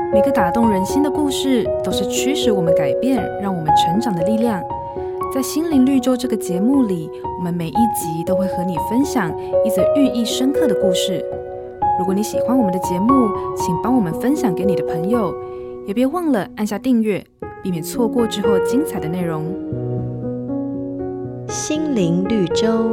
每个打动人心的故事都是驱使我们改变、让我们成长的力量。在心灵绿洲这个节目里，我们每一集都会和你分享一则寓意深刻的故事。如果你喜欢我们的节目，请帮我们分享给你的朋友，也别忘了按下订阅，避免错过之后精彩的内容。 心灵绿洲。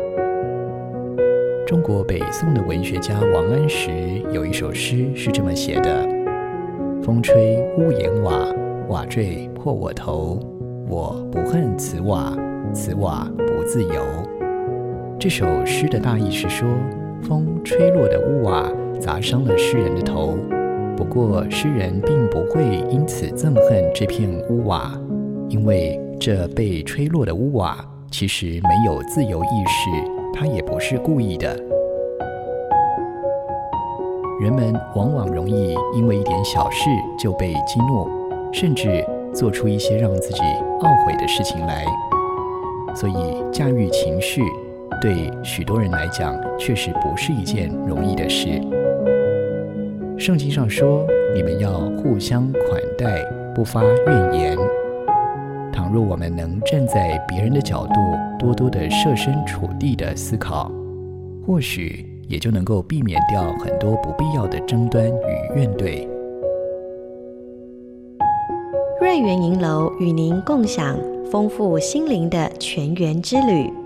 中国北宋的文学家王安石有一首诗是这么写的：风吹屋檐瓦，瓦坠破我头，我不恨此瓦，此瓦不自由。这首诗的大意是说，风吹落的屋瓦砸伤了诗人的头，不过诗人并不会因此憎恨这片屋瓦，因为这被吹落的屋瓦其实没有自由意识，他也不是故意的。人们往往容易因为一点小事就被激怒，甚至做出一些让自己懊悔的事情来，所以驾驭情绪对许多人来讲确实不是一件容易的事。圣经上说，你们要互相款待，不发怨言。倘若我们能站在别人的角度，多多的设身处地的思考，或许也就能够避免掉很多不必要的争端与怨怼。 瑞园银楼与您共享丰富心灵的全员之旅。